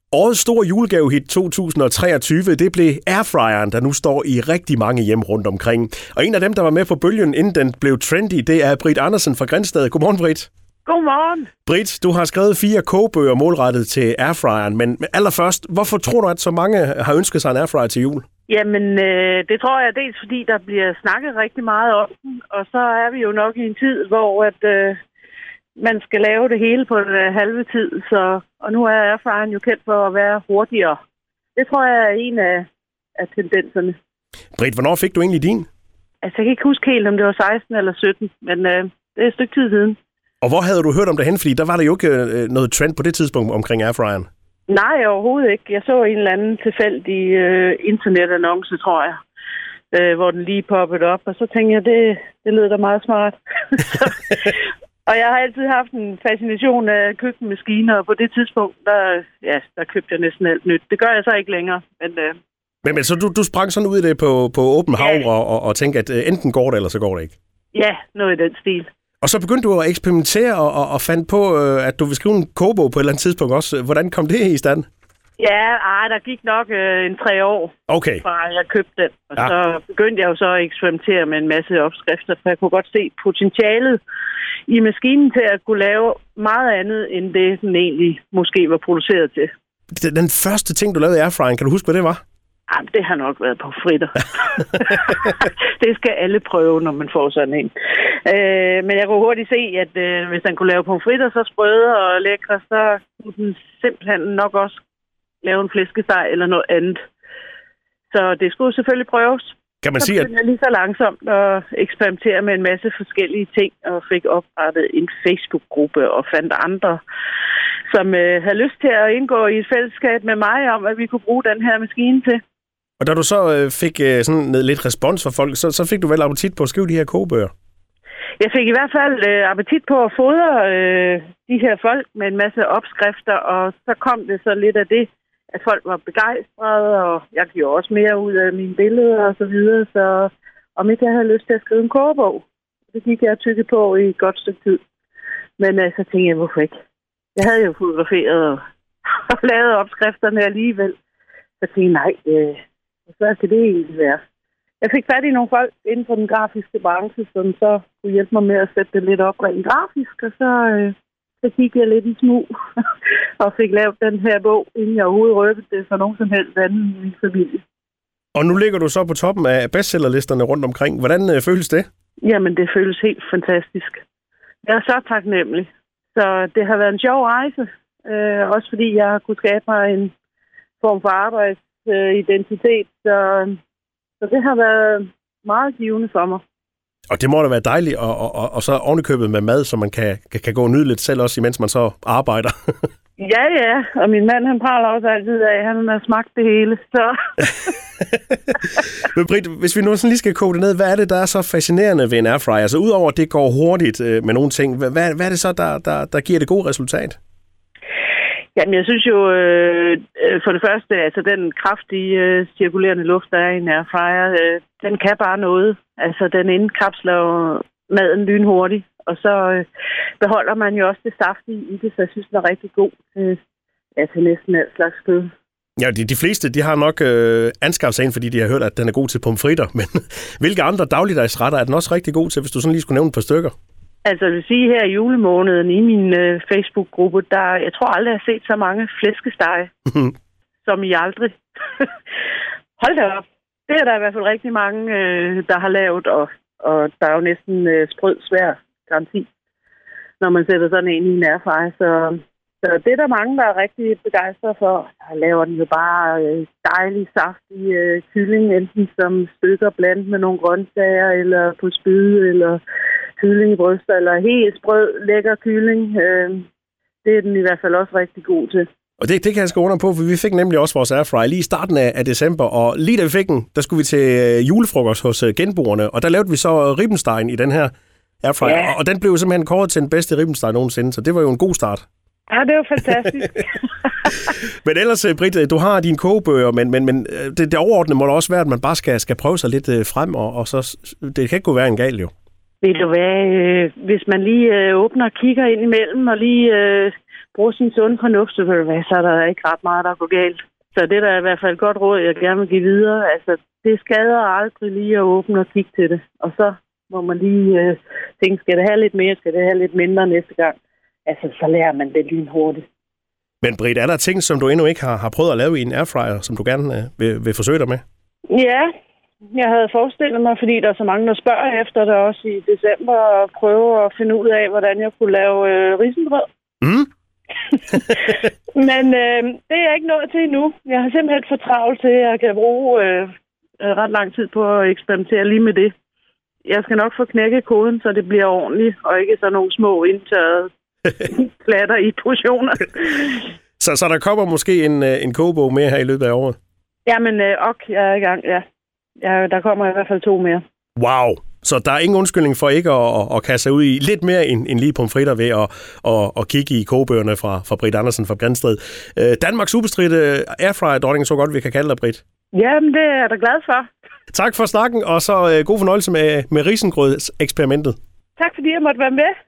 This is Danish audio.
Årets store julegavehit 2023, det blev airfryeren, der nu står i rigtig mange hjem rundt omkring. Og en af dem, der var med på bølgen, inden den blev trendy, det er Britt Andersen fra Grindsted. Godmorgen, Britt. Godmorgen. Britt, du har skrevet 4 kogebøger målrettet til airfryeren, men allerførst, hvorfor tror du, at så mange har ønsket sig en airfryer til jul? Jamen, det tror jeg dels, fordi der bliver snakket rigtig meget om den, og så er vi jo nok i en tid, hvor man skal lave det hele på en halve tid, og nu er airfryeren jo kendt for at være hurtigere. Det tror jeg er en af tendenserne. Britt, hvornår fik du egentlig din? Altså, jeg kan ikke huske helt, om det var 16 eller 17, men det er et stykke tid siden. Og hvor havde du hørt om det hen? Fordi der var der jo ikke noget trend på det tidspunkt omkring airfryeren. Nej, overhovedet ikke. Jeg så en eller anden tilfældig internetannonce, tror jeg, hvor den lige poppede op, og så tænkte jeg, det lød da meget smart. Og jeg har altid haft en fascination af køkkenmaskiner, og på det tidspunkt, der købte jeg næsten alt nyt. Det gør jeg så ikke længere. Men så du sprang sådan ud i det på åben hav og tænkte, at enten går det, eller så går det ikke? Ja, noget i den stil. Og så begyndte du at eksperimentere og fandt på, at du ville skrive en kogebog på et eller andet tidspunkt også. Hvordan kom det i stand? Ja, der gik nok 3 år, fra jeg købte den. Og så begyndte jeg jo så at eksperimentere med en masse opskrifter, for jeg kunne godt se potentialet i maskinen til at kunne lave meget andet, end det den egentlig måske var produceret til. Den første ting, du lavede i airfryeren, kan du huske, hvad det var? Jamen, det har nok været på fritter. Det skal alle prøve, når man får sådan en. Men jeg kunne hurtigt se, at hvis den kunne lave pomfritter så sprøde og lækre, så kunne den simpelthen nok også lave en flæskesteg eller noget andet. Så det skulle selvfølgelig prøves. Kan man sige, at jeg lige så langsomt at eksperimentere med en masse forskellige ting, og fik oprettet en Facebook-gruppe og fandt andre, som havde lyst til at indgå i et fællesskab med mig om, at vi kunne bruge den her maskine til. Og da du så fik sådan lidt respons fra folk, så fik du vel appetit på at skrive de her kogebøger? Jeg fik i hvert fald appetit på at fodre de her folk med en masse opskrifter, og så kom det så lidt af det, at folk var begejstrede, og jeg gjorde også mere ud af mine billeder og så videre, så om ikke jeg havde lyst til at skrive en kogebog, det gik jeg tykket på i et godt stykke tid. Men så tænkte jeg, hvorfor ikke? Jeg havde jo fotograferet og lavet opskrifterne alligevel. Så tænkte jeg, nej, hvad skal det egentlig være? Jeg fik fat i nogle folk inden for den grafiske branche, som så kunne hjælpe mig med at sætte det lidt op rent grafisk, og så gik jeg lidt i smug og fik lavet den her bog, inden jeg overhovedet røbede det for nogen som helst anden i min familie. Og nu ligger du så på toppen af bestsellerlisterne rundt omkring. Hvordan føles det? Jamen, det føles helt fantastisk. Jeg er så taknemmelig. Så det har været en sjov rejse. Også fordi jeg har kunnet skabe mig en form for arbejdsidentitet. Så det har været meget givende for mig. Og det må da være dejligt, og så ovenikøbet med mad, så man kan gå og nyde lidt selv også, imens man så arbejder. Ja, og min mand, han praler også altid af, at han har smagt det hele. Så. Men Britt, hvis vi nu sådan lige skal koge det ned, hvad er det, der er så fascinerende ved en airfryer? Altså udover at det går hurtigt med nogle ting, hvad er det så, der giver det gode resultat? Jamen, jeg synes jo, for det første, altså den kraftige cirkulerende luft, der er i en airfryer, den kan bare noget. Altså, den indkapsler maden lynhurtigt, og så beholder man jo også det saftige i det, så jeg synes, den er rigtig god til næsten alt slags kød. Ja, de fleste, de har nok anskaffet sig ind, fordi de har hørt, at den er god til pomfritter, men hvilke andre dagligdagsretter er den også rigtig god til, hvis du sådan lige skulle nævne et par stykker? Altså, jeg vil sige, her i julemåneden i min Facebook-gruppe, jeg tror aldrig, jeg har set så mange flæskestege, som I aldrig. Hold da op. Det er der i hvert fald rigtig mange, der har lavet, og der er jo næsten sprød svær garanti, når man sætter sådan en i en airfryer. Så det er der mange, der er rigtig begejstrede for. Der laver den jo bare dejlig saftig kylling, enten som stykker blandt med nogle grøntsager, eller på spyd, eller kylling i bryster, eller helt sprød, lækker kylling. Det er den i hvert fald også rigtig god til. Og det kan jeg skrive under på, for vi fik nemlig også vores airfryer lige i starten af december, og lige da vi fik den, der skulle vi til julefrokost hos genboerne, og der lavede vi så ribbenstegen i den her airfryer, ja. Og den blev simpelthen kåret til den bedste ribbensteg nogensinde, så det var jo en god start. Ja, det var fantastisk. Men ellers, Britt, du har dine kogebøger, men det overordnede må da også være, at man bare skal prøve sig lidt frem, og så det kan ikke gå være en gal jo. Ved du hvad, hvis man lige åbner og kigger ind imellem, og lige bruger sin sunde fornuft, så er der ikke ret meget, der går galt. Så det der er i hvert fald et godt råd, jeg gerne vil give videre. Altså, det skader aldrig lige at åbne og kigge til det. Og så må man lige tænke, skal det have lidt mere, skal det have lidt mindre næste gang? Altså, så lærer man det lynhurtigt. Men Britt, er der ting, som du endnu ikke har prøvet at lave i en airfryer, som du gerne vil forsøge dig med? Ja, jeg havde forestillet mig, fordi der er så mange, der spørger efter det også i december, og prøve at finde ud af, hvordan jeg kunne lave risengrød. Mm. Men det er jeg ikke nået til endnu. Jeg har simpelthen for travlt til, at jeg kan bruge ret lang tid på at eksperimentere lige med det. Jeg skal nok få knækket koden, så det bliver ordentligt, og ikke sådan nogle små indtørrede klatter i portioner. Så der kommer måske en kogebog mere her i løbet af året? Jamen, jeg er i gang, ja. Der kommer i hvert fald 2 mere. Wow! Så der er ingen undskyldning for ikke at kaste sig ud i lidt mere end lige pomfritter ved at kigge i kogebøgerne fra Britt Andersen fra Grænsted. Danmarks ubestridte airfryer-dronning, så godt vi kan kalde dig, Britt. Jamen, det er jeg da glad for. Tak for snakken, og så god fornøjelse med risengrøds-eksperimentet. Tak fordi jeg måtte være med.